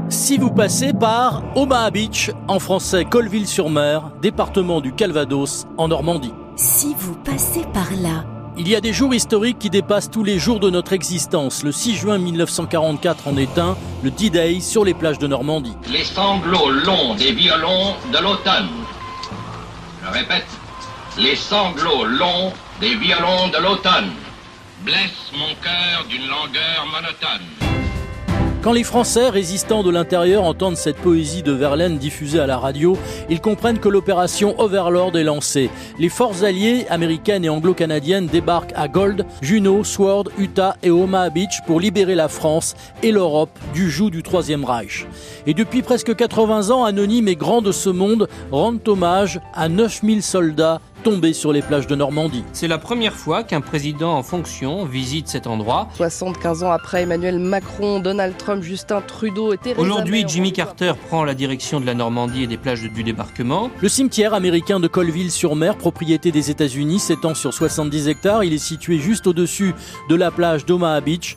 Si vous passez par Omaha Beach, en français Colleville-sur-Mer, département du Calvados, en Normandie. Si vous passez par là. Il y a des jours historiques qui dépassent tous les jours de notre existence. Le 6 juin 1944 en est un, le D-Day sur les plages de Normandie. Les sanglots longs des violons de l'automne. Je répète, les sanglots longs des violons de l'automne blessent mon cœur d'une langueur monotone. Quand les Français résistants de l'intérieur entendent cette poésie de Verlaine diffusée à la radio, ils comprennent que l'opération Overlord est lancée. Les forces alliées américaines et anglo-canadiennes débarquent à Gold, Juneau, Sword, Utah et Omaha Beach pour libérer la France et l'Europe du joug du Troisième Reich. Et depuis presque 80 ans, anonymes et grands de ce monde rendent hommage à 9000 soldats tombés sur les plages de Normandie. C'est la première fois qu'un président en fonction visite cet endroit. 75 ans après Emmanuel Macron, Donald Trump, Justin Trudeau et Theresa May. Aujourd'hui, Jimmy Carter prend la direction de la Normandie et des plages du débarquement. Le cimetière américain de Colleville-sur-Mer, propriété des États-Unis, s'étend sur 70 hectares. Il est situé juste au-dessus de la plage d'Omaha Beach.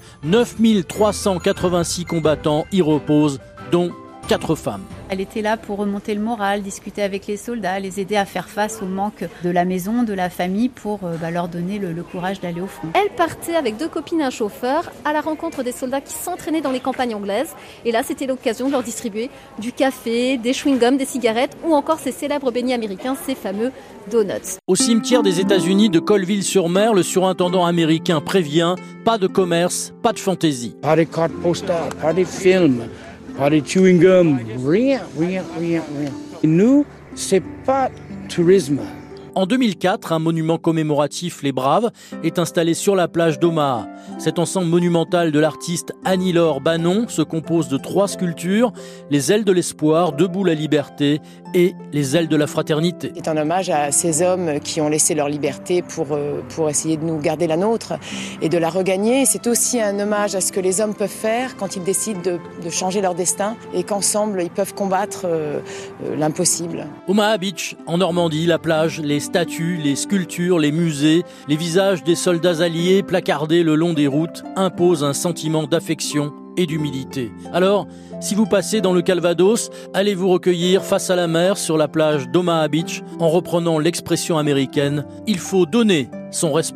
9386 combattants y reposent, dont 4 femmes. Elle était là pour remonter le moral, discuter avec les soldats, les aider à faire face au manque de la maison, de la famille, pour leur donner le courage d'aller au front. Elle partait avec 2 copines et un chauffeur à la rencontre des soldats qui s'entraînaient dans les campagnes anglaises. Et là, c'était l'occasion de leur distribuer du café, des chewing-gums, des cigarettes ou encore ces célèbres beignets américains, ces fameux donuts. Au cimetière des États-Unis de Colleville-sur-Mer, le surintendant américain prévient « pas de commerce, pas de fantaisie ». Pas de carte postale, pas de film. Pas de chewing gum, rien. Et nous, c'est pas tourisme. En 2004, un monument commémoratif, Les Braves, est installé sur la plage d'Omaha. Cet ensemble monumental de l'artiste Annie-Laure Bannon se compose de 3 sculptures, les ailes de l'espoir, debout la liberté et les ailes de la fraternité. C'est un hommage à ces hommes qui ont laissé leur liberté pour essayer de nous garder la nôtre et de la regagner. C'est aussi un hommage à ce que les hommes peuvent faire quand ils décident de changer leur destin et qu'ensemble ils peuvent combattre l'impossible. Omaha Beach, en Normandie, la plage, les statues, les sculptures, les musées, les visages des soldats alliés placardés le long des routes imposent un sentiment d'affection et d'humilité. Alors, si vous passez dans le Calvados, allez vous recueillir face à la mer sur la plage d'Omaha Beach en reprenant l'expression américaine « Il faut donner son respect ».